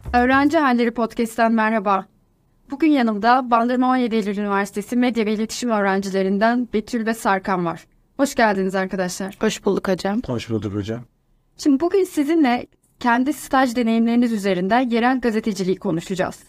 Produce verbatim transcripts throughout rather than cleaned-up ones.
Öğrenci Halleri Podcast'ten merhaba. Bugün yanımda Bandırma on yedi Eylül Üniversitesi Medya ve İletişim öğrencilerinden Betül ve Sarkan var. Hoş geldiniz arkadaşlar. Hoş bulduk hocam. Hoş bulduk hocam. Şimdi bugün sizinle kendi staj deneyimleriniz üzerinden yerel gazeteciliği konuşacağız.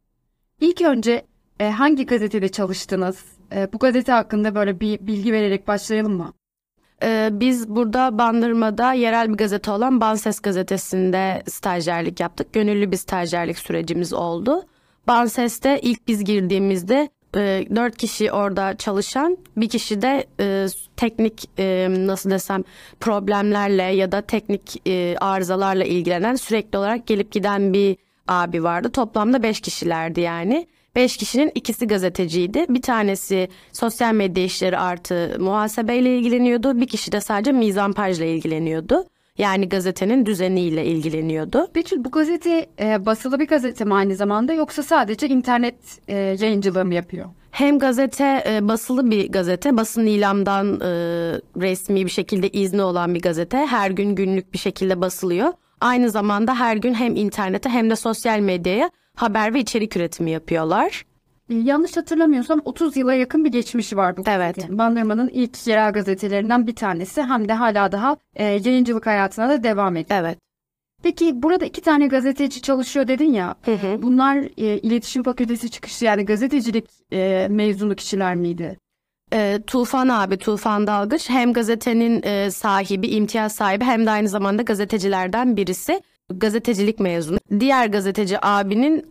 İlk önce e, hangi gazetede çalıştınız? E, bu gazete hakkında böyle bir bilgi vererek başlayalım mı? Ee, biz burada Bandırma'da yerel bir gazete olan Banses gazetesinde stajyerlik yaptık. Gönüllü bir stajyerlik sürecimiz oldu. Banses'te ilk biz girdiğimizde e, dört kişi orada çalışan, bir kişi de e, teknik e, nasıl desem problemlerle ya da teknik e, arızalarla ilgilenen, sürekli olarak gelip giden bir abi vardı. Toplamda beş kişilerdi yani. Beş kişinin ikisi gazeteciydi. Bir tanesi sosyal medya işleri artı muhasebeyle ilgileniyordu. Bir kişi de sadece mizanpajla ilgileniyordu. Yani gazetenin düzeniyle ilgileniyordu. Betül, bu gazete e, basılı bir gazete mi aynı zamanda, yoksa sadece internet e, yayıncılığı mı yapıyor? Hem gazete e, basılı bir gazete, basın ilamdan e, resmi bir şekilde izni olan bir gazete. Her gün günlük bir şekilde basılıyor. Aynı zamanda her gün hem internete hem de sosyal medyaya haber ve içerik üretimi yapıyorlar. Ee, yanlış hatırlamıyorsam otuz yıla yakın bir geçmişi var bu Evet. gazete. Bandırma'nın ilk yerel gazetelerinden bir tanesi, hem de hala daha e, yayıncılık hayatına da devam ediyor. Evet. Peki burada iki tane gazeteci çalışıyor dedin ya. Hı hı. Bunlar e, iletişim fakültesi çıkışlı, yani gazetecilik e, mezunu kişiler miydi? E, Tufan abi, Tufan Dalgıç hem gazetenin e, sahibi, imtiyaz sahibi hem de aynı zamanda gazetecilerden birisi. Gazetecilik mezunu. Diğer gazeteci abinin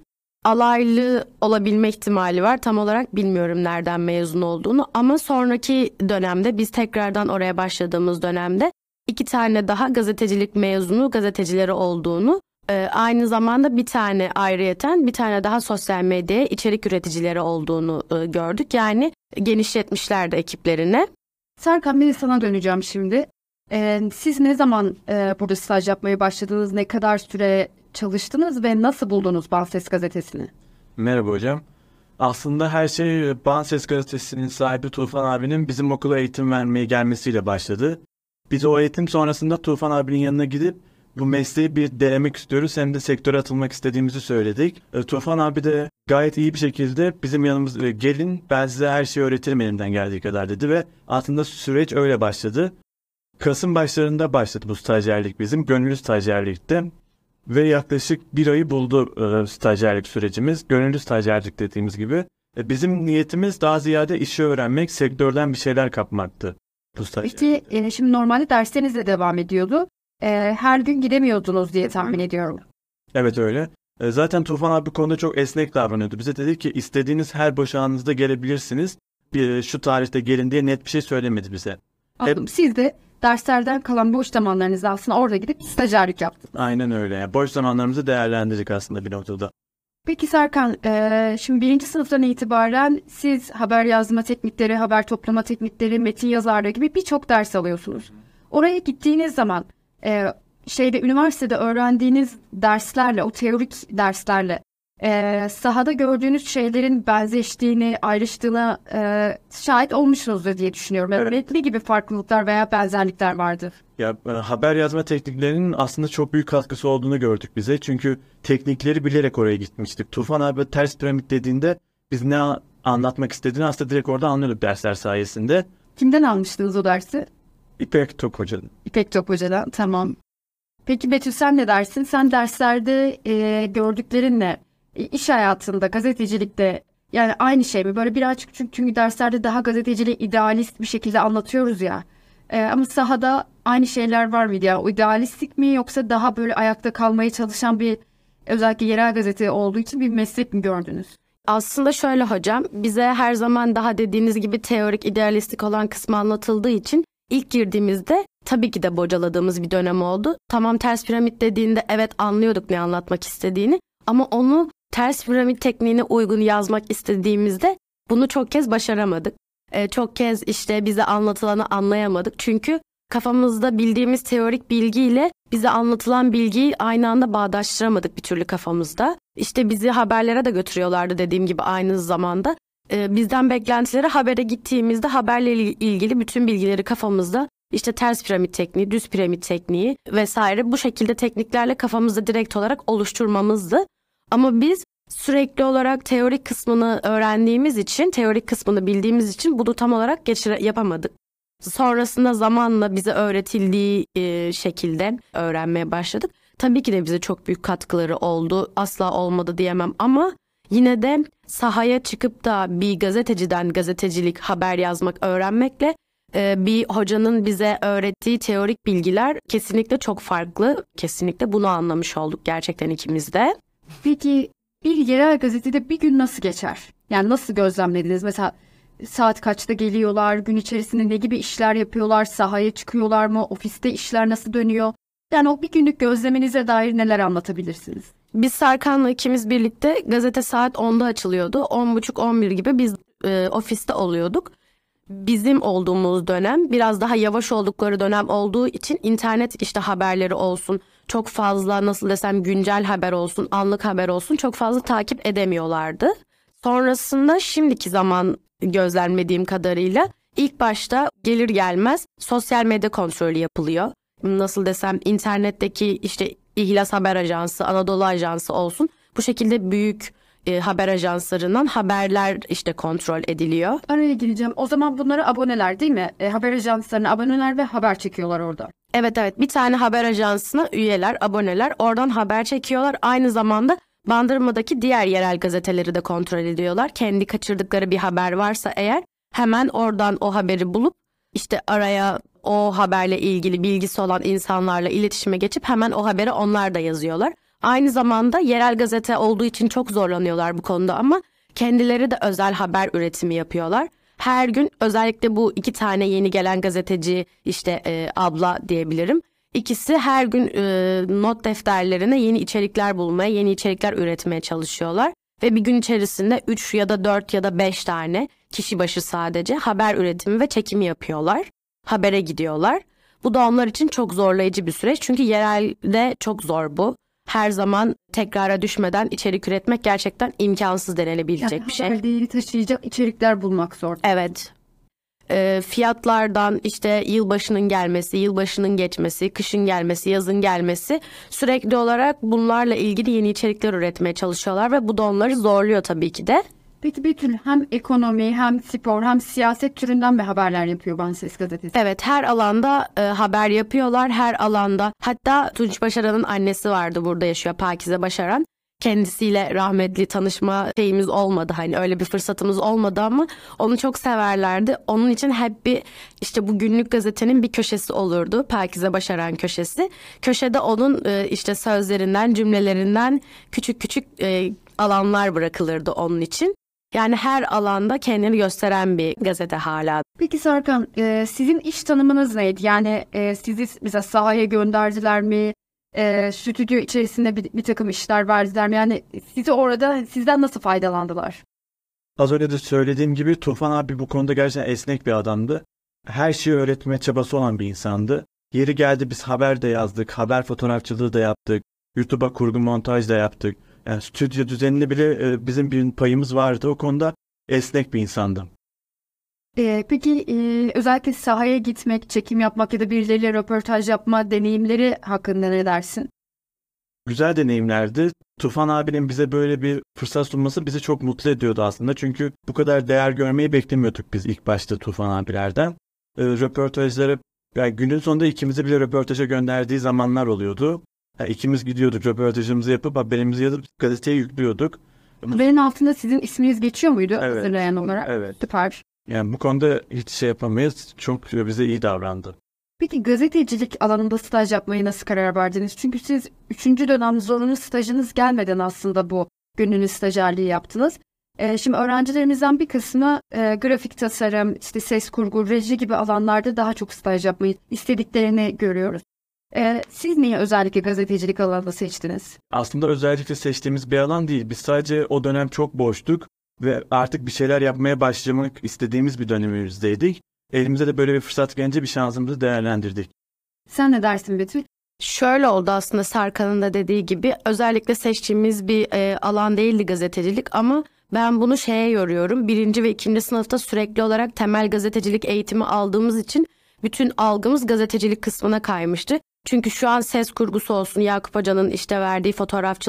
alaylı olabilme ihtimali var. Tam olarak bilmiyorum nereden mezun olduğunu, ama sonraki dönemde, biz tekrardan oraya başladığımız dönemde iki tane daha gazetecilik mezunu gazetecileri olduğunu, e, aynı zamanda bir tane ayrıyeten bir tane daha sosyal medyaya içerik üreticileri olduğunu e, gördük. Yani genişletmişlerdi ekiplerine. Serkan, ben de sana döneceğim şimdi. Ee, siz ne zaman e, burada staj yapmaya başladınız? Ne kadar süre çalıştınız ve nasıl buldunuz Banses gazetesini? Merhaba hocam. Aslında her şey Banses gazetesinin sahibi Tufan abinin bizim okula eğitim vermeye gelmesiyle başladı. Biz o eğitim sonrasında Tufan abinin yanına gidip bu mesleği bir denemek istiyoruz, hem de sektöre atılmak istediğimizi söyledik. E, Tufan abi de gayet iyi bir şekilde bizim yanımıza gelin, ben size her şeyi öğretirim elimden geldiği kadar dedi ve aslında süreç öyle başladı. Kasım başlarında başladı bu stajyerlik bizim. Gönüllü stajyerlikte. Ve yaklaşık bir ayı buldu e, stajyerlik sürecimiz. Gönüllü stajyerlik dediğimiz gibi. E, bizim niyetimiz daha ziyade işi öğrenmek, sektörden bir şeyler kapmaktı. Bu stajyerlik. Peki e, şimdi normalde dersleriniz de devam ediyordu. E, her gün gidemiyordunuz diye tahmin ediyorum. Evet öyle. E, zaten Tufan abi bu konuda çok esnek davranıyordu. Bize dedi ki istediğiniz her boş anınızda gelebilirsiniz. Bir, şu tarihte gelin diye net bir şey söylemedi bize. Anladım. Siz de derslerden kalan boş zamanlarınızda aslında orada gidip stajyerlik yaptınız. Aynen öyle. Yani boş zamanlarımızı değerlendirdik aslında bir noktada. Peki Serkan, e, şimdi birinci sınıftan itibaren siz haber yazma teknikleri, haber toplama teknikleri, metin yazarlığı gibi birçok ders alıyorsunuz. Oraya gittiğiniz zaman e, şeyde üniversitede öğrendiğiniz derslerle, o teorik derslerle e, sahada gördüğünüz şeylerin benzeştiğini, ayrıştığına e, şahit olmuşsunuzdur diye düşünüyorum. Evet. Ne gibi farklılıklar veya benzerlikler vardır? Ya e, haber yazma tekniklerinin aslında çok büyük katkısı olduğunu gördük bize. Çünkü teknikleri bilerek oraya gitmiştik. Tufan abi ters piramit dediğinde biz ne a- anlatmak istediğini aslında direkt orada anlıyorduk dersler sayesinde. Kimden almıştınız o dersi? İpek Tok Hoca'dan. İpek Top Hoca'dan, tamam. Peki Betül, sen ne dersin? Sen derslerde e, gördüklerinle e, iş hayatında, gazetecilikte yani aynı şey mi? Böyle birazcık, çünkü, çünkü derslerde daha gazeteciliği idealist bir şekilde anlatıyoruz ya. E, ama sahada aynı şeyler var mıydı? Yani o idealistlik mi, yoksa daha böyle ayakta kalmaya çalışan bir, özellikle yerel gazete olduğu için bir meslek mi gördünüz? Aslında şöyle hocam, bize her zaman daha dediğiniz gibi teorik, idealistik olan kısmı anlatıldığı için ilk girdiğimizde tabii ki de bocaladığımız bir dönem oldu. Tamam, ters piramit dediğinde evet anlıyorduk ne anlatmak istediğini, ama onu ters piramit tekniğine uygun yazmak istediğimizde bunu çok kez başaramadık. Ee, çok kez işte bize anlatılanı anlayamadık. Çünkü kafamızda bildiğimiz teorik bilgiyle bize anlatılan bilgiyi aynı anda bağdaştıramadık bir türlü kafamızda. İşte bizi haberlere de götürüyorlardı dediğim gibi aynı zamanda. Ee, bizden beklentileri, habere gittiğimizde haberle ilgili bütün bilgileri kafamızda, işte ters piramit tekniği, düz piramit tekniği vesaire, bu şekilde tekniklerle kafamızda direkt olarak oluşturmamızdı. Ama biz sürekli olarak teorik kısmını öğrendiğimiz için, teorik kısmını bildiğimiz için bunu tam olarak geçire yapamadık. Sonrasında zamanla bize öğretildiği e, şekilde öğrenmeye başladık. Tabii ki de bize çok büyük katkıları oldu. Asla olmadı diyemem ama yine de sahaya çıkıp da bir gazeteciden gazetecilik, haber yazmak öğrenmekle e, bir hocanın bize öğrettiği teorik bilgiler kesinlikle çok farklı. Kesinlikle bunu anlamış olduk gerçekten ikimiz de. Peki bir yerel gazetede bir gün nasıl geçer? Yani nasıl gözlemlediniz? Mesela saat kaçta geliyorlar, gün içerisinde ne gibi işler yapıyorlar, sahaya çıkıyorlar mı, ofiste işler nasıl dönüyor? Yani o bir günlük gözleminize dair neler anlatabilirsiniz? Biz Serkan'la ikimiz birlikte gazete saat onda açılıyordu. on buçuk on bir gibi biz e, ofiste oluyorduk. Bizim olduğumuz dönem biraz daha yavaş oldukları dönem olduğu için internet işte haberleri olsun, çok fazla nasıl desem güncel haber olsun, anlık haber olsun çok fazla takip edemiyorlardı. Sonrasında şimdiki zaman gözlemlediğim kadarıyla ilk başta gelir gelmez sosyal medya kontrolü yapılıyor. Nasıl desem internetteki işte İhlas Haber Ajansı, Anadolu Ajansı olsun bu şekilde büyük e, haber ajanslarından haberler işte kontrol ediliyor. Araya gireceğim. O zaman bunları aboneler değil mi? E, haber ajanslarına aboneler ve haber çekiyorlar orada. Evet evet bir tane haber ajansına üyeler, aboneler oradan haber çekiyorlar. Aynı zamanda Bandırma'daki diğer yerel gazeteleri de kontrol ediyorlar. Kendi kaçırdıkları bir haber varsa eğer hemen oradan o haberi bulup işte araya o haberle ilgili bilgisi olan insanlarla iletişime geçip hemen o haberi onlar da yazıyorlar. Aynı zamanda yerel gazete olduğu için çok zorlanıyorlar bu konuda ama kendileri de özel haber üretimi yapıyorlar. Her gün özellikle bu iki tane yeni gelen gazeteci işte e, abla diyebilirim. İkisi her gün e, not defterlerine yeni içerikler bulmaya, yeni içerikler üretmeye çalışıyorlar. Ve bir gün içerisinde üç ya da dört ya da beş tane kişi başı sadece haber üretimi ve çekimi yapıyorlar. Habere gidiyorlar. Bu da onlar için çok zorlayıcı bir süreç. Çünkü yerelde çok zor bu. Her zaman tekrara düşmeden içerik üretmek gerçekten imkansız denilebilecek yani bir şey. Haber değeri taşıyacak içerikler bulmak zor. Evet. E, fiyatlardan işte yılbaşının gelmesi, yılbaşının geçmesi, kışın gelmesi, yazın gelmesi sürekli olarak bunlarla ilgili yeni içerikler üretmeye çalışıyorlar ve bu da onları zorluyor tabii ki de. Peki Betül hem ekonomi hem spor hem siyaset türünden mi haberler yapıyor Banses Gazetesi? Evet her alanda e, haber yapıyorlar her alanda. Hatta Tunç Başaran'ın annesi vardı burada yaşıyor Pakize Başaran. Kendisiyle rahmetli tanışma şeyimiz olmadı hani öyle bir fırsatımız olmadı ama onu çok severlerdi. Onun için hep bir işte bu günlük gazetenin bir köşesi olurdu Pakize Başaran köşesi. Köşede onun e, işte sözlerinden cümlelerinden küçük küçük e, alanlar bırakılırdı onun için. Yani her alanda kendini gösteren bir gazete hala. Peki Serkan, e, sizin iş tanımınız neydi? Yani e, sizi mesela sahaya gönderdiler mi? E, stüdyo içerisinde bir, bir takım işler verdiler mi? Yani sizi orada sizden nasıl faydalandılar? Az önce de söylediğim gibi Tufan abi bu konuda gerçekten esnek bir adamdı. Her şeyi öğretme çabası olan bir insandı. Yeri geldi biz haber de yazdık, haber fotoğrafçılığı da yaptık, YouTube'a kurgu montaj da yaptık. Yani stüdyo düzeninde bile e, bizim bir payımız vardı. O konuda esnek bir insandım. E, peki e, özellikle sahaya gitmek, çekim yapmak ya da birileriyle röportaj yapma deneyimleri hakkında ne dersin? Güzel deneyimlerdi. Tufan abinin bize böyle bir fırsat sunması bizi çok mutlu ediyordu aslında. Çünkü bu kadar değer görmeyi beklemiyorduk biz ilk başta Tufan abilerden. E, röportajları, yani günün sonunda ikimizi bile röportaja gönderdiği zamanlar oluyordu. Yani ikimiz gidiyorduk, röportajımızı yapıp haberimizi yazıp gazeteye yüklüyorduk. Haberin altında sizin isminiz geçiyor muydu Evet. hazırlayan olarak? Evet. Süper. Yani bu konuda hiç şey yapamayız. Çok bize iyi davrandı. Peki gazetecilik alanında staj yapmayı nasıl karar verdiniz? Çünkü siz üçüncü dönem zorunlu stajınız gelmeden aslında bu gönüllü stajyerliği yaptınız. Ee, şimdi öğrencilerimizden bir kısmı e, grafik tasarım, işte ses kurgu, reji gibi alanlarda daha çok staj yapmayı istediklerini görüyoruz. Ee, siz niye özellikle gazetecilik alanını seçtiniz? Aslında özellikle seçtiğimiz bir alan değil. Biz sadece o dönem çok boştuk ve artık bir şeyler yapmaya başlamak istediğimiz bir dönemimizdeydik. Elimize de böyle bir fırsat gelince bir şansımızı değerlendirdik. Sen ne dersin Betül? Şöyle oldu aslında Serkan'ın da dediği gibi özellikle seçtiğimiz bir e, alan değildi gazetecilik ama ben bunu şeye yoruyorum. Birinci ve ikinci sınıfta sürekli olarak temel gazetecilik eğitimi aldığımız için bütün algımız gazetecilik kısmına kaymıştı. Çünkü şu an ses kurgusu olsun Yakup Hoca'nın işte verdiği fotoğrafçılık,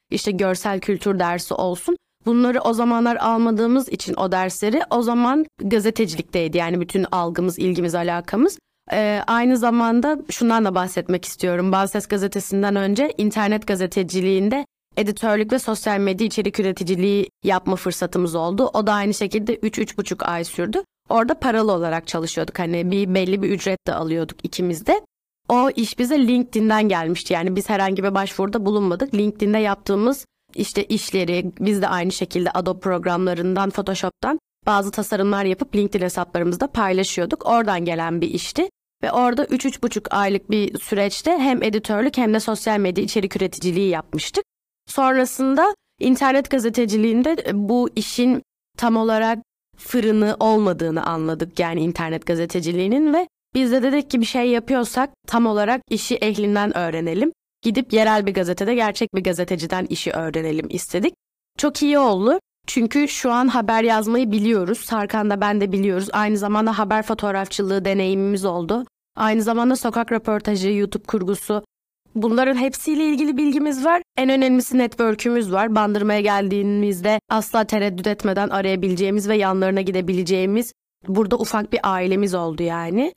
işte görsel kültür dersi olsun. Bunları o zamanlar almadığımız için o dersleri o zaman gazetecilikteydi. Yani bütün algımız, ilgimiz, alakamız. Ee, aynı zamanda şundan da bahsetmek istiyorum. Bağımsız gazetesinden önce internet gazeteciliğinde editörlük ve sosyal medya içerik üreticiliği yapma fırsatımız oldu. O da aynı şekilde üç üç buçuk ay sürdü. Orada paralı olarak çalışıyorduk. Hani bir belli bir ücret de alıyorduk ikimiz de. O iş bize LinkedIn'den gelmişti. Yani biz herhangi bir başvuruda bulunmadık. LinkedIn'de yaptığımız işte işleri biz de aynı şekilde Adobe programlarından, Photoshop'tan bazı tasarımlar yapıp LinkedIn hesaplarımızda paylaşıyorduk. Oradan gelen bir işti. Ve orada üç üç buçuk aylık bir süreçte hem editörlük hem de sosyal medya içerik üreticiliği yapmıştık. Sonrasında internet gazeteciliğinde bu işin tam olarak fırını olmadığını anladık. Yani internet gazeteciliğinin ve biz de dedik ki bir şey yapıyorsak tam olarak işi ehlinden öğrenelim. Gidip yerel bir gazetede gerçek bir gazeteciden işi öğrenelim istedik. Çok iyi oldu. Çünkü şu an haber yazmayı biliyoruz. Sarkan da ben de biliyoruz. Aynı zamanda haber fotoğrafçılığı deneyimimiz oldu. Aynı zamanda sokak röportajı, YouTube kurgusu. Bunların hepsiyle ilgili bilgimiz var. En önemlisi network'ümüz var. Bandırmaya geldiğimizde asla tereddüt etmeden arayabileceğimiz ve yanlarına gidebileceğimiz burada ufak bir ailemiz oldu yani.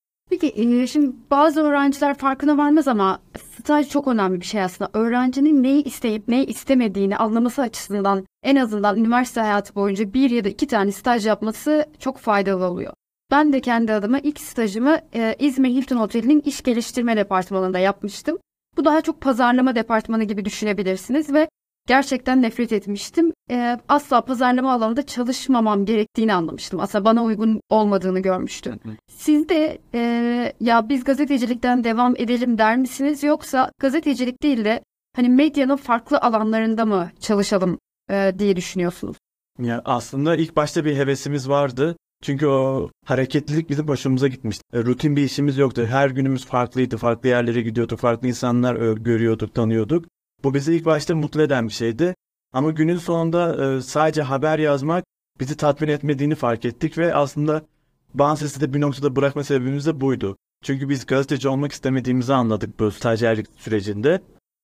Peki şimdi bazı öğrenciler farkına varmaz ama staj çok önemli bir şey aslında. Öğrencinin neyi isteyip neyi istemediğini anlaması açısından en azından üniversite hayatı boyunca bir ya da iki tane staj yapması çok faydalı oluyor. Ben de kendi adıma ilk stajımı e, İzmir Hilton Oteli'nin iş geliştirme departmanında yapmıştım. Bu daha çok pazarlama departmanı gibi düşünebilirsiniz ve gerçekten nefret etmiştim. E, asla pazarlama alanında çalışmamam gerektiğini anlamıştım. Aslında bana uygun olmadığını görmüştüm. Siz de e, ya biz gazetecilikten devam edelim der misiniz yoksa gazetecilik değil de hani medyanın farklı alanlarında mı çalışalım e, diye düşünüyorsunuz? Ya aslında ilk başta bir hevesimiz vardı. Çünkü o hareketlilik bizim başımıza gitmişti. E, rutin bir işimiz yoktu. Her günümüz farklıydı. Farklı yerlere gidiyorduk. Farklı insanlar e, görüyorduk, tanıyorduk. Bu bizi ilk başta mutlu eden bir şeydi. Ama günün sonunda e, sadece haber yazmak bizi tatmin etmediğini fark ettik ve aslında Bağımsız'ı da bir noktada bırakma sebebimiz de buydu. Çünkü biz gazeteci olmak istemediğimizi anladık bu stajyerlik sürecinde.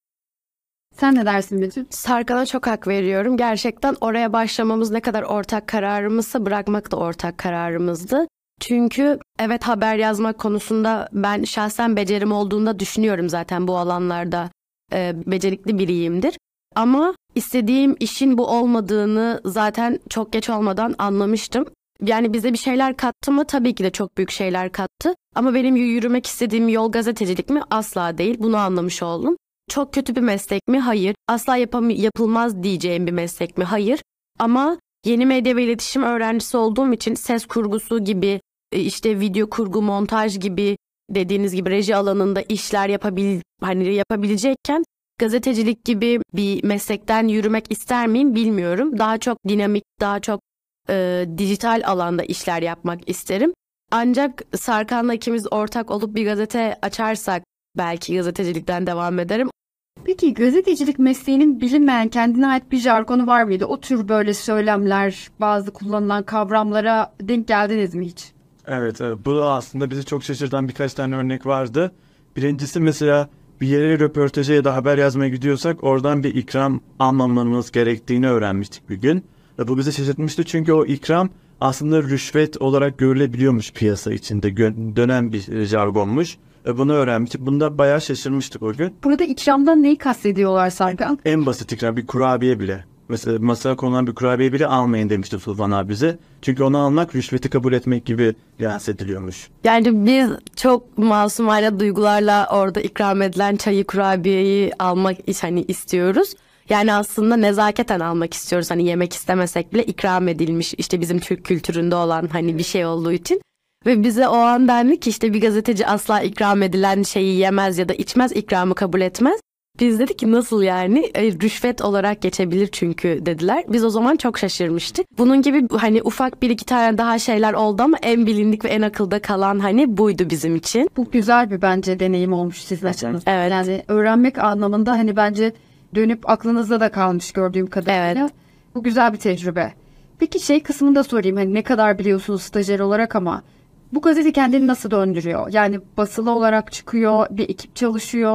Sen ne dersin Betül? Sarkan'a çok hak veriyorum. Gerçekten oraya başlamamız ne kadar ortak kararımızsa bırakmak da ortak kararımızdı. Çünkü evet haber yazmak konusunda ben şahsen becerim olduğunda düşünüyorum zaten bu alanlarda e, becerikli biriyimdir. Ama istediğim işin bu olmadığını zaten çok geç olmadan anlamıştım. Yani bize bir şeyler kattı mı? Tabii ki de çok büyük şeyler kattı. Ama benim yürümek istediğim yol gazetecilik mi? Asla değil. Bunu anlamış oldum. Çok kötü bir meslek mi? Hayır. Asla yapam- yapılmaz diyeceğim bir meslek mi? Hayır. Ama yeni medya ve iletişim öğrencisi olduğum için ses kurgusu gibi, işte video kurgu, montaj gibi dediğiniz gibi reji alanında işler yapabil hani yapabilecekken gazetecilik gibi bir meslekten yürümek ister miyim bilmiyorum. Daha çok dinamik, daha çok e, dijital alanda işler yapmak isterim. Ancak Sarkan'la ikimiz ortak olup bir gazete açarsak belki gazetecilikten devam ederim. Peki gazetecilik mesleğinin bilinmeyen kendine ait bir jargonu var mıydı? O tür böyle söylemler, bazı kullanılan kavramlara denk geldiniz mi hiç? Evet, evet. Bu aslında bizi çok şaşırtan birkaç tane örnek vardı. Birincisi mesela bir yere röportaja ya da haber yazmaya gidiyorsak oradan bir ikram almamamız gerektiğini öğrenmiştik bir gün. Ve bu bizi şaşırtmıştı çünkü o ikram aslında rüşvet olarak görülebiliyormuş piyasa içinde gö- dönen bir jargonmuş. Ve bunu öğrenmiştik. Bunda bayağı şaşırmıştık o gün. Burada ikramdan neyi kastediyorlar Sarkan? En basit ikram bir kurabiye bile. Mesela masaya konulan bir kurabiye bile almayın demişti Tufan abi bize. Çünkü onu almak rüşveti kabul etmek gibi lanse ediliyormuş. Yani biz çok masumane duygularla orada ikram edilen çayı, kurabiyeyi almak hani istiyoruz. Yani aslında nezaketen almak istiyoruz. Hani yemek istemesek bile ikram edilmiş işte bizim Türk kültüründe olan hani bir şey olduğu için. Ve bize o an dendi ki işte bir gazeteci asla ikram edilen şeyi yemez ya da içmez, ikramı kabul etmez. Biz dedik ki nasıl yani? E, rüşvet olarak geçebilir çünkü dediler. Biz o zaman çok şaşırmıştık. Bunun gibi hani ufak bir iki tane daha şeyler oldu ama en bilindik ve en akılda kalan hani buydu bizim için. Bu güzel bir bence deneyim olmuş sizin açınızdan. Evet. Yani öğrenmek anlamında hani bence dönüp aklınızda da kalmış gördüğüm kadarıyla. Evet. Bu güzel bir tecrübe. Peki şey kısmını da sorayım. Hani ne kadar biliyorsunuz stajyer olarak ama bu gazete kendini nasıl döndürüyor? Yani basılı olarak çıkıyor, bir ekip çalışıyor.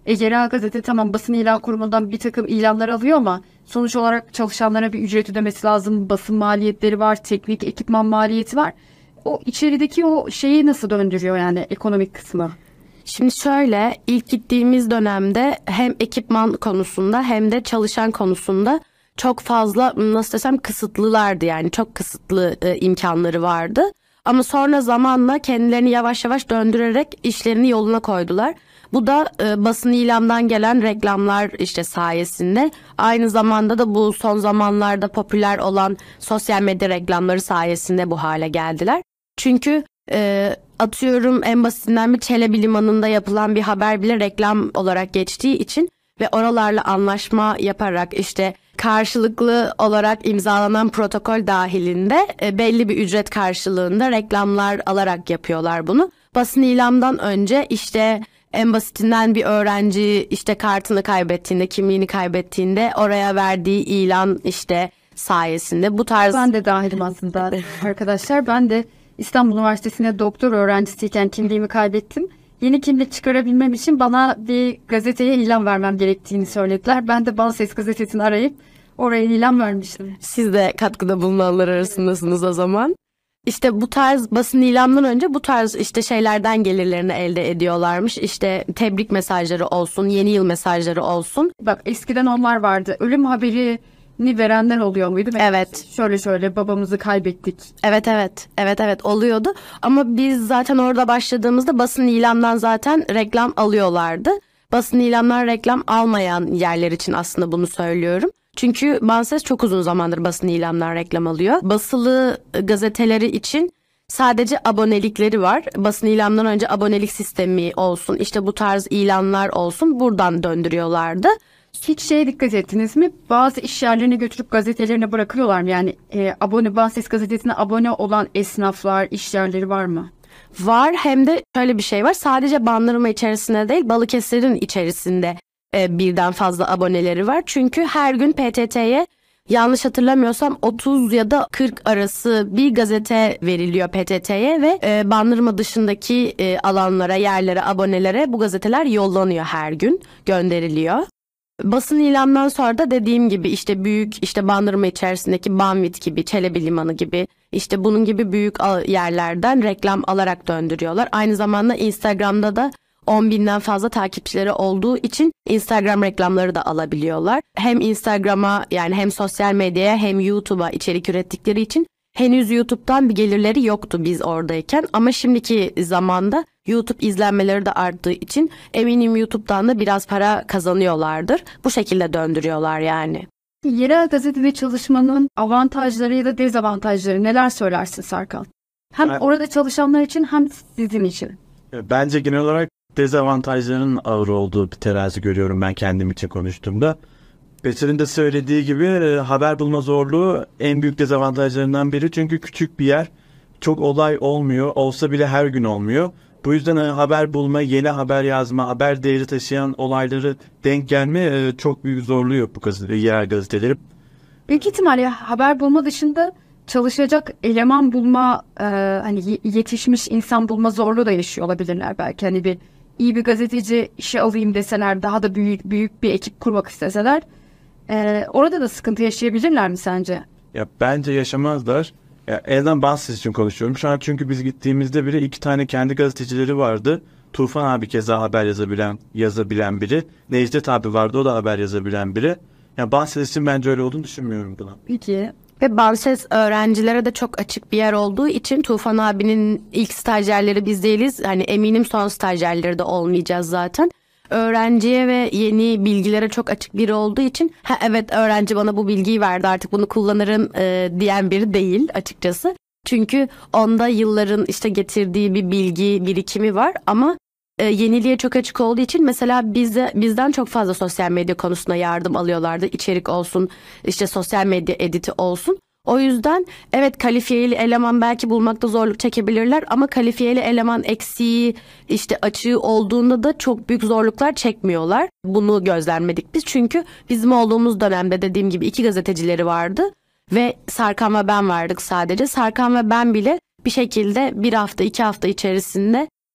E, yerel gazete tamam basın ilan kurumundan bir takım ilanlar alıyor ama sonuç olarak çalışanlara bir ücret ödemesi lazım. Basın maliyetleri var, teknik ekipman maliyeti var. O içerideki o şeyi nasıl döndürüyor yani ekonomik kısmı? Şimdi şöyle, ilk gittiğimiz dönemde hem ekipman konusunda hem de çalışan konusunda çok fazla, nasıl desem, kısıtlılardı, yani çok kısıtlı e, imkanları vardı. Ama sonra zamanla kendilerini yavaş yavaş döndürerek işlerini yoluna koydular. Bu da e, basın ilandan gelen reklamlar işte sayesinde, aynı zamanda da bu son zamanlarda popüler olan sosyal medya reklamları sayesinde bu hale geldiler. Çünkü e, atıyorum en basitinden bir Çelebi Limanı'nda yapılan bir haber bile reklam olarak geçtiği için ve oralarla anlaşma yaparak işte karşılıklı olarak imzalanan protokol dahilinde e, belli bir ücret karşılığında reklamlar alarak yapıyorlar bunu. Basın ilandan önce işte en basitinden bir öğrenci işte kartını kaybettiğinde, kimliğini kaybettiğinde oraya verdiği ilan işte sayesinde bu tarz... Ben de dahilim aslında arkadaşlar. Ben de İstanbul Üniversitesi'nde doktor öğrencisiyken kimliğimi kaybettim. Yeni kimlik çıkarabilmem için bana bir gazeteye ilan vermem gerektiğini söylediler. Ben de Bağımsız gazetesini arayıp oraya ilan vermiştim. Siz de katkıda bulunanlar arasındasınız o zaman. İşte bu tarz basın ilanından önce bu tarz işte şeylerden gelirlerini elde ediyorlarmış. İşte tebrik mesajları olsun, yeni yıl mesajları olsun. Bak eskiden onlar vardı. Ölüm haberini verenler oluyor muydu? Evet. Şöyle şöyle babamızı kaybettik. Evet evet. Evet evet oluyordu. Ama biz zaten orada başladığımızda basın ilandan zaten reklam alıyorlardı. Basın ilanlar reklam almayan yerler için aslında bunu söylüyorum. Çünkü Banses çok uzun zamandır basın ilanlar reklam alıyor. Basılı gazeteleri için sadece abonelikleri var. Basın ilanından önce abonelik sistemi olsun, işte bu tarz ilanlar olsun, buradan döndürüyorlardı. Hiç şeye dikkat ettiniz mi? Bazı iş yerlerine götürüp gazetelerine bırakıyorlar mı? Yani e, abone Banses gazetesine abone olan esnaflar, iş yerleri var mı? Var, hem de şöyle bir şey var. Sadece Bandırma içerisinde değil, Balıkesir'in içerisinde e, birden fazla aboneleri var. Çünkü her gün P T T'ye yanlış hatırlamıyorsam otuz ya da kırk arası bir gazete veriliyor P T T'ye ve e, Bandırma dışındaki e, alanlara, yerlere, abonelere bu gazeteler yollanıyor, her gün gönderiliyor. Basın ilanından sonra da dediğim gibi işte büyük, işte Bandırma içerisindeki Banvit gibi, Çelebi Limanı gibi, işte bunun gibi büyük yerlerden reklam alarak döndürüyorlar. Aynı zamanda Instagram'da da on binden fazla takipçileri olduğu için Instagram reklamları da alabiliyorlar. Hem Instagram'a, yani hem sosyal medyaya hem YouTube'a içerik ürettikleri için henüz YouTube'dan bir gelirleri yoktu biz oradayken, ama şimdiki zamanda YouTube izlenmeleri de arttığı için eminim YouTube'dan da biraz para kazanıyorlardır. Bu şekilde döndürüyorlar yani. Yerel gazetede çalışmanın avantajları ya da dezavantajları neler söylersin Serkan? Hem Ben... orada çalışanlar için hem sizin için. Bence genel olarak dezavantajlarının ağır olduğu bir terazi görüyorum ben kendim için konuştuğumda. Betül'ün de söylediği gibi e, haber bulma zorluğu en büyük dezavantajlarından biri. Çünkü küçük bir yer, çok olay olmuyor. Olsa bile her gün olmuyor. Bu yüzden e, haber bulma, yeni haber yazma, haber değeri taşıyan olayları denk gelme e, çok büyük zorluyor bu gazete, yerel gazeteleri. Büyük ihtimalle haber bulma dışında çalışacak eleman bulma, e, hani yetişmiş insan bulma zorluğu da yaşıyor olabilirler belki. Hani bir iyi bir gazeteci işe alayım deseler, daha da büyük büyük bir ekip kurmak isteseler, e, orada da sıkıntı yaşayabilirler mi sence? Ya bence yaşamazlar. Ya, elden Banses için konuşuyorum. Şu an çünkü biz gittiğimizde bile iki tane kendi gazetecileri vardı. Tufan abi keza haber yazabilen yazabilen biri. Necdet abi vardı, o da haber yazabilen biri. Ya Banses için bence öyle olduğunu düşünmüyorum buna. Peki. Ve Banses öğrencilere de çok açık bir yer olduğu için Tufan abinin ilk stajyerleri biz değiliz. Hani eminim son stajyerleri de olmayacağız zaten. Öğrenciye ve yeni bilgilere çok açık biri olduğu için ha evet öğrenci bana bu bilgiyi verdi, artık bunu kullanırım e, diyen biri değil açıkçası. Çünkü onda yılların işte getirdiği bir bilgi birikimi var ama e, yeniliğe çok açık olduğu için mesela bize bizden çok fazla sosyal medya konusunda yardım alıyorlardı. İçerik olsun, işte sosyal medya editi olsun. O yüzden evet kalifiyeli eleman belki bulmakta zorluk çekebilirler ama kalifiyeli eleman eksiği, işte açığı olduğunda da çok büyük zorluklar çekmiyorlar. Bunu gözlemledik biz, çünkü bizim olduğumuz dönemde dediğim gibi iki gazetecileri vardı ve Serkan ve ben vardık sadece. Serkan ve ben bile bir şekilde bir hafta iki hafta içerisinde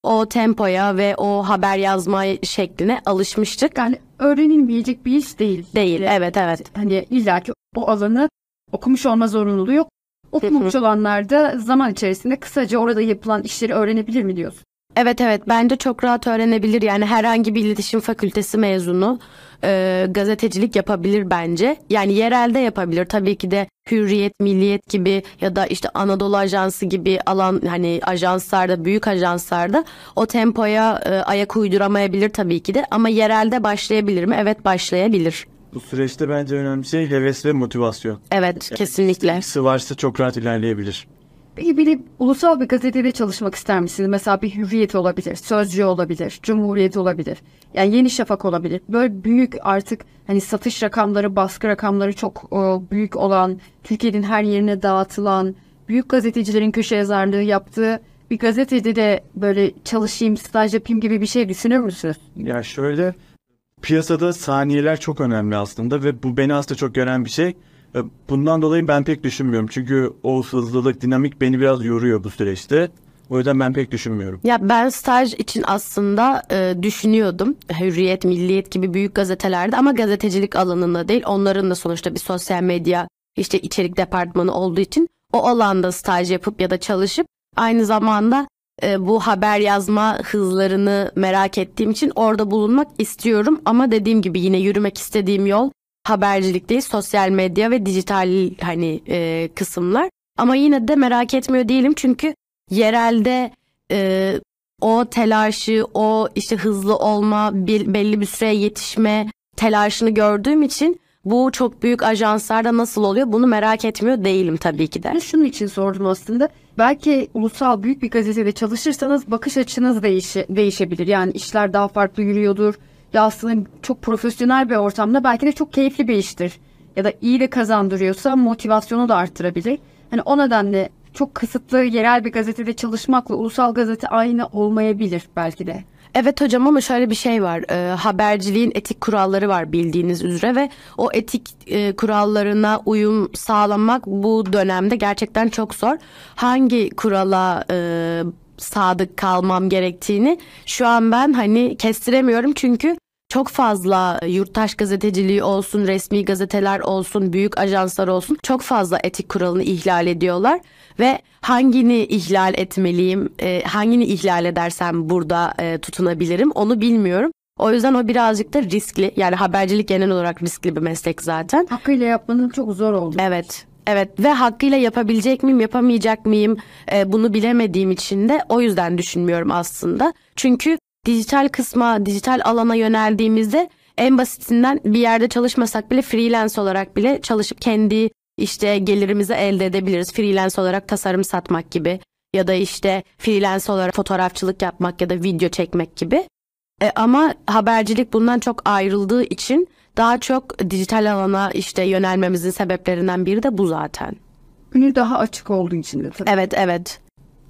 o tempoya ve o haber yazma şekline alışmıştık. Yani öğrenilmeyecek bir iş değil. Değil, evet evet. Hani illaki o alanı okumuş olma zorunluluğu yok. Okumamış olanlar da zaman içerisinde kısaca orada yapılan işleri öğrenebilir mi diyorsun? Evet evet, bence çok rahat öğrenebilir. Yani herhangi bir iletişim fakültesi mezunu e, gazetecilik yapabilir bence. Yani yerelde yapabilir. Tabii ki de Hürriyet, Milliyet gibi ya da işte Anadolu Ajansı gibi alan hani ajanslarda, büyük ajanslarda o tempoya e, ayak uyduramayabilir tabii ki de. Ama yerelde başlayabilir mi? Evet, başlayabilir. Bu süreçte bence önemli şey heves ve motivasyon. Evet, kesinlikle. İkisi varsa çok rahat ilerleyebilir. Peki biri ulusal bir gazetede çalışmak ister misiniz? Mesela bir Hürriyet olabilir, Sözcü olabilir, Cumhuriyet olabilir. Yani Yeni Şafak olabilir. Böyle büyük artık hani satış rakamları, baskı rakamları çok o, büyük olan, Türkiye'nin her yerine dağıtılan, büyük gazetecilerin köşe yazarlığı yaptığı bir gazetede de böyle çalışayım, staj yapayım gibi bir şey düşünür müsünüz? Ya şöyle, piyasada saniyeler çok önemli aslında ve bu beni aslında çok gören bir şey. Bundan dolayı ben pek düşünmüyorum. Çünkü o hızlılık, dinamik beni biraz yoruyor bu süreçte. O yüzden ben pek düşünmüyorum. Ya ben staj için aslında e, düşünüyordum. Hürriyet, Milliyet gibi büyük gazetelerde ama gazetecilik alanında değil. Onların da sonuçta bir sosyal medya, işte içerik departmanı olduğu için o alanda staj yapıp ya da çalışıp aynı zamanda e, bu haber yazma hızlarını merak ettiğim için orada bulunmak istiyorum. Ama dediğim gibi yine yürümek istediğim yol habercilik değil, sosyal medya ve dijital hani e, kısımlar. Ama yine de merak etmiyor değilim çünkü yerelde e, o telaşı, o işte hızlı olma, bir, belli bir süreye yetişme telaşını gördüğüm için bu çok büyük ajanslarda nasıl oluyor bunu merak etmiyor değilim tabii ki de. Ben şunun için sordum aslında. Belki ulusal büyük bir gazetede çalışırsanız bakış açınız değişe, değişebilir. Yani işler daha farklı yürüyordur. Ya aslında çok profesyonel bir ortamda belki de çok keyifli bir iştir. Ya da iyi de kazandırıyorsa motivasyonu da arttırabilir. Hani o nedenle çok kısıtlı yerel bir gazetede çalışmakla ulusal gazete aynı olmayabilir belki de. Evet hocam ama şöyle bir şey var. E, haberciliğin etik kuralları var bildiğiniz üzere ve o etik e, kurallarına uyum sağlamak bu dönemde gerçekten çok zor. Hangi kurala e, sadık kalmam gerektiğini şu an ben hani kestiremiyorum çünkü çok fazla yurttaş gazeteciliği olsun, resmi gazeteler olsun, büyük ajanslar olsun çok fazla etik kuralını ihlal ediyorlar ve hangini ihlal etmeliyim, e, hangini ihlal edersem burada e, tutunabilirim onu bilmiyorum. O yüzden o birazcık da riskli. Yani habercilik genel olarak riskli bir meslek zaten. Hakkıyla yapmanın çok zor oldu. Evet. Evet ve hakkıyla yapabilecek miyim, yapamayacak mıyım e, bunu bilemediğim için de o yüzden düşünmüyorum aslında. Çünkü dijital kısma, dijital alana yöneldiğimizde en basitinden bir yerde çalışmasak bile freelance olarak bile çalışıp kendi işte gelirimizi elde edebiliriz. Freelance olarak tasarım satmak gibi ya da işte freelance olarak fotoğrafçılık yapmak ya da video çekmek gibi. E, ama habercilik bundan çok ayrıldığı için daha çok dijital alana işte yönelmemizin sebeplerinden biri de bu zaten. Günü daha açık olduğu için de tabii. Evet evet.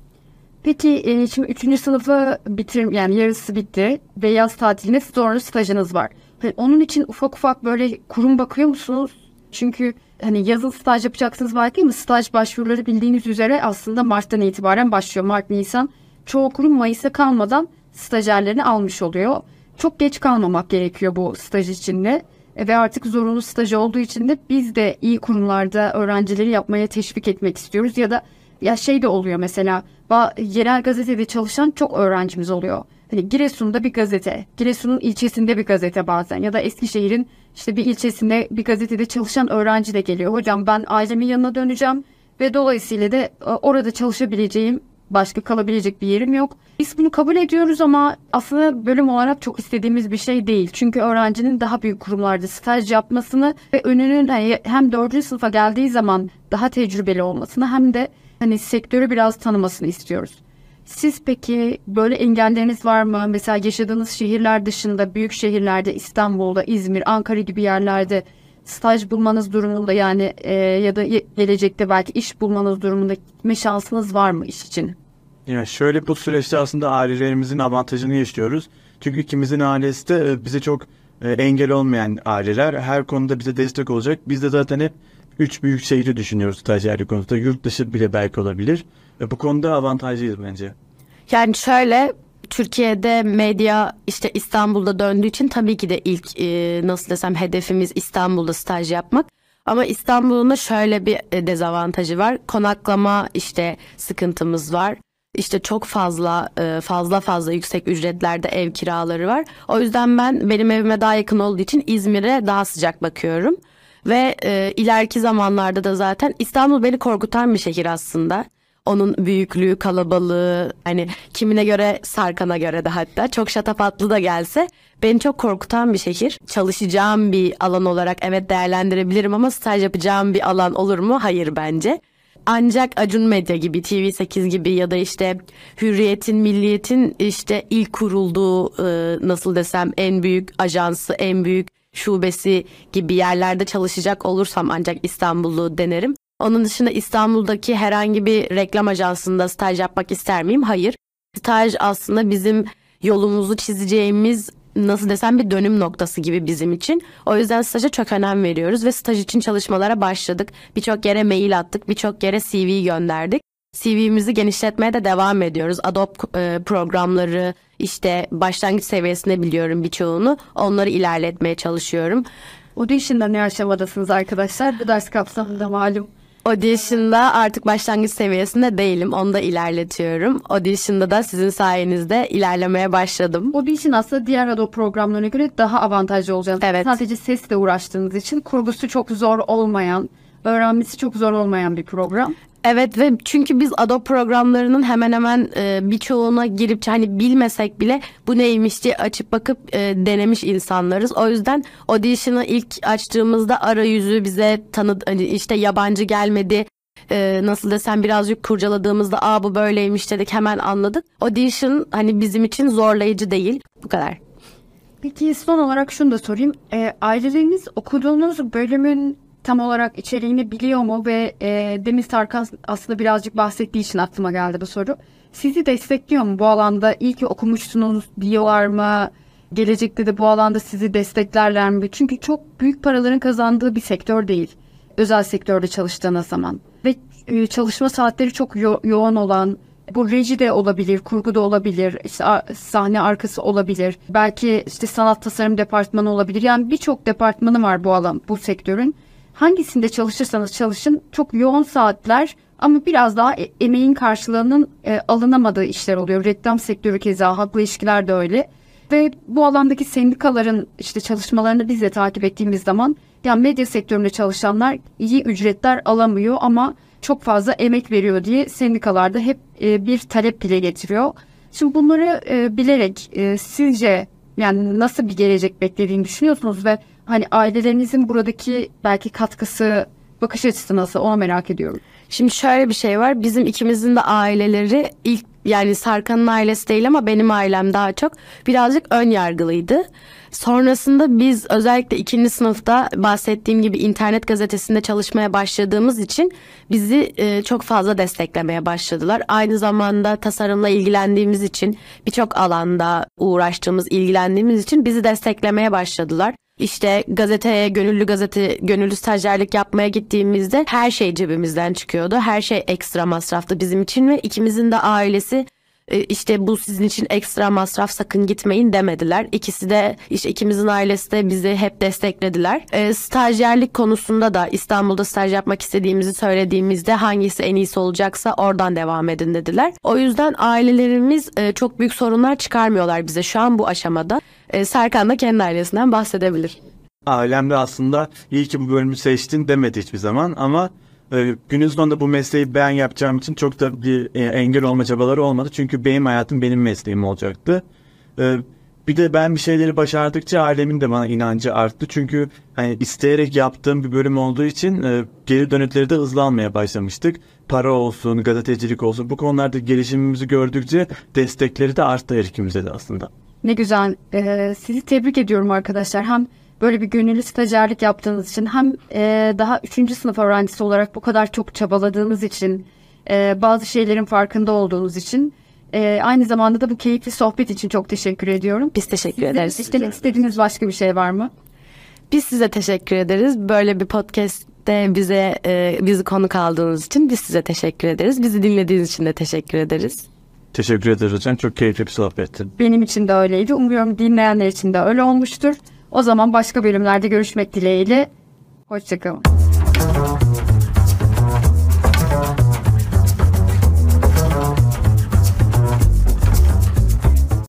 Peki e, şimdi üçüncü sınıfı bitir yani yarısı bitti ve yaz tatiline sonra stajınız var. Hani onun için ufak ufak böyle kurum bakıyor musunuz? Çünkü hani yazın staj yapacaksınız belki ama staj başvuruları bildiğiniz üzere aslında Mart'tan itibaren başlıyor. Mart, Nisan. Çoğu kurum Mayıs'a kalmadan stajyerlerini almış oluyor. Çok geç kalmamak gerekiyor bu staj içinde. E, ve artık zorunlu staj olduğu için de biz de iyi kurumlarda öğrencileri yapmaya teşvik etmek istiyoruz. Ya da ya şey de oluyor mesela yerel gazetede çalışan çok öğrencimiz oluyor. Hani Giresun'da bir gazete, Giresun'un ilçesinde bir gazete bazen ya da Eskişehir'in işte bir ilçesinde bir gazetede çalışan öğrenci de geliyor. Hocam ben ailemin yanına döneceğim ve dolayısıyla da orada çalışabileceğim, başka kalabilecek bir yerim yok. Biz bunu kabul ediyoruz ama aslında bölüm olarak çok istediğimiz bir şey değil. Çünkü öğrencinin daha büyük kurumlarda staj yapmasını ve önünün hani hem dördüncü sınıfa geldiği zaman daha tecrübeli olmasını hem de hani sektörü biraz tanımasını istiyoruz. Siz peki böyle engelleriniz var mı? Mesela yaşadığınız şehirler dışında, büyük şehirlerde, İstanbul'da, İzmir, Ankara gibi yerlerde staj bulmanız durumunda yani e, ya da gelecekte belki iş bulmanız durumunda gitme şansınız var mı iş için? Ya şöyle bu süreçte aslında ailelerimizin avantajını yaşıyoruz. Çünkü ikimizin ailesi de bize çok e, engel olmayan aileler. Her konuda bize destek olacak. Biz de zaten hep üç büyük şehri düşünüyoruz stajyerlik konusunda. Yurt dışı bile belki olabilir. Ve bu konuda avantajlıyız bence. Yani şöyle Türkiye'de medya işte İstanbul'da döndüğü için tabii ki de ilk e, nasıl desem hedefimiz İstanbul'da staj yapmak. Ama İstanbul'un da şöyle bir e, dezavantajı var. Konaklama işte sıkıntımız var. İşte çok fazla e, fazla fazla yüksek ücretlerde ev kiraları var. O yüzden ben benim evime daha yakın olduğu için İzmir'e daha sıcak bakıyorum. Ve e, ileriki zamanlarda da zaten İstanbul beni korkutan bir şehir aslında. Onun büyüklüğü, kalabalığı, hani kimine göre Sarkan'a göre de hatta çok şatafatlı da gelse beni çok korkutan bir şehir. Çalışacağım bir alan olarak evet değerlendirebilirim ama staj yapacağım bir alan olur mu? Hayır bence. Ancak Acun Medya gibi, T V sekiz gibi ya da işte Hürriyet'in, Milliyet'in işte ilk kurulduğu e, nasıl desem en büyük ajansı, en büyük şubesi gibi yerlerde çalışacak olursam ancak İstanbul'u denerim. Onun dışında İstanbul'daki herhangi bir reklam ajansında staj yapmak ister miyim? Hayır. Staj aslında bizim yolumuzu çizeceğimiz nasıl desem bir dönüm noktası gibi bizim için. O yüzden staja çok önem veriyoruz ve staj için çalışmalara başladık. Birçok yere mail attık, birçok yere C V gönderdik. C V'mizi genişletmeye de devam ediyoruz. Adobe e, programları işte başlangıç seviyesinde biliyorum birçoğunu. Onları ilerletmeye çalışıyorum. Audition'da ne aşamadasınız arkadaşlar? Bu ders kapsamında malum. Audition'da artık başlangıç seviyesinde değilim. Onu da ilerletiyorum. Audition'da da sizin sayenizde ilerlemeye başladım. Audition aslında diğer Adobe programlarına göre daha avantajlı olacağını. Evet. Sadece sesle uğraştığınız için kurgusu çok zor olmayan, öğrenmesi çok zor olmayan bir program. Evet ve çünkü biz Adobe programlarının hemen hemen e, birçoğuna girip hani bilmesek bile bu neymiş diye açıp bakıp e, denemiş insanlarız. O yüzden Audition'ı ilk açtığımızda arayüzü bize tanıdı, hani işte yabancı gelmedi. E, nasıl desem birazcık kurcaladığımızda aa bu böyleymiş dedik, hemen anladık. Audition hani bizim için zorlayıcı değil. Bu kadar. Peki son olarak şunu da sorayım. E, aileleriniz okuduğunuz bölümün tam olarak içeriğini biliyor mu ve e, demin Sarkan aslında birazcık bahsettiği için aklıma geldi bu soru. Sizi destekliyor mu bu alanda? İyi ki okumuşsunuz diyorlar mı? Gelecekte de bu alanda sizi desteklerler mi? Çünkü çok büyük paraların kazandığı bir sektör değil. Özel sektörde çalıştığınız zaman. Ve e, çalışma saatleri çok yo- yoğun olan, bu reji de olabilir, kurgu da olabilir, işte a- sahne arkası olabilir. Belki işte sanat tasarım departmanı olabilir. Yani birçok departmanı var bu alan, bu sektörün. Hangisinde çalışırsanız çalışın çok yoğun saatler ama biraz daha e- emeğin karşılığının e, alınamadığı işler oluyor. Reklam sektörü keza, halkla ilişkiler de öyle. Ve bu alandaki sendikaların işte çalışmalarını biz de takip ettiğimiz zaman yani medya sektöründe çalışanlar iyi ücretler alamıyor ama çok fazla emek veriyor diye sendikalarda hep e, bir talep dile getiriyor. Şimdi bunları e, bilerek e, sizce yani nasıl bir gelecek beklediğini düşünüyorsunuz ve hani ailelerinizin buradaki belki katkısı, bakış açısı nasıl onu merak ediyorum. Şimdi şöyle bir şey var. Bizim ikimizin de aileleri ilk yani Sarkan'ın ailesi değil ama benim ailem daha çok birazcık ön yargılıydı. Sonrasında biz özellikle ikinci sınıfta bahsettiğim gibi internet gazetesinde çalışmaya başladığımız için bizi e, çok fazla desteklemeye başladılar. Aynı zamanda tasarımla ilgilendiğimiz için birçok alanda uğraştığımız, ilgilendiğimiz için bizi desteklemeye başladılar. İşte gazeteye, gönüllü gazete, gönüllü stajyerlik yapmaya gittiğimizde her şey cebimizden çıkıyordu. Her şey ekstra masraftı bizim için ve ikimizin de ailesi işte bu sizin için ekstra masraf, sakın gitmeyin demediler. İkisi de işte ikimizin ailesi de bizi hep desteklediler. E, stajyerlik konusunda da İstanbul'da staj yapmak istediğimizi söylediğimizde hangisi en iyisi olacaksa oradan devam edin dediler. O yüzden ailelerimiz e, çok büyük sorunlar çıkarmıyorlar bize şu an bu aşamada. E, Serkan da kendi ailesinden bahsedebilir. Ailem de aslında iyi ki bu bölümü seçtin demedi hiçbir zaman ama e, günün sonunda bu mesleği ben yapacağım için çok da bir e, engel olma çabaları olmadı. Çünkü benim hayatım benim mesleğim olacaktı. E, bir de ben bir şeyleri başardıkça ailemin de bana inancı arttı. Çünkü hani isteyerek yaptığım bir bölüm olduğu için e, geri dönütleri de hızlı almaya başlamıştık. Para olsun, gazetecilik olsun, bu konularda gelişimimizi gördükçe destekleri de arttı her ikimize de aslında. Ne güzel. Ee, sizi tebrik ediyorum arkadaşlar. Hem böyle bir gönüllü stajyerlik yaptığınız için hem e, daha üçüncü sınıf öğrencisi olarak bu kadar çok çabaladığınız için, e, bazı şeylerin farkında olduğunuz için, e, aynı zamanda da bu keyifli sohbet için çok teşekkür ediyorum. Biz teşekkür ederiz. İşte istediğiniz başka bir şey var mı? Biz size teşekkür ederiz. Böyle bir podcast'te bize e, bizi konuk aldığınız için biz size teşekkür ederiz. Bizi dinlediğiniz için de teşekkür ederiz. Teşekkür ederiz hocam. Çok keyifli bir sohbetti. Benim için de öyleydi. Umuyorum dinleyenler için de öyle olmuştur. O zaman başka bölümlerde görüşmek dileğiyle. Hoşçakalın.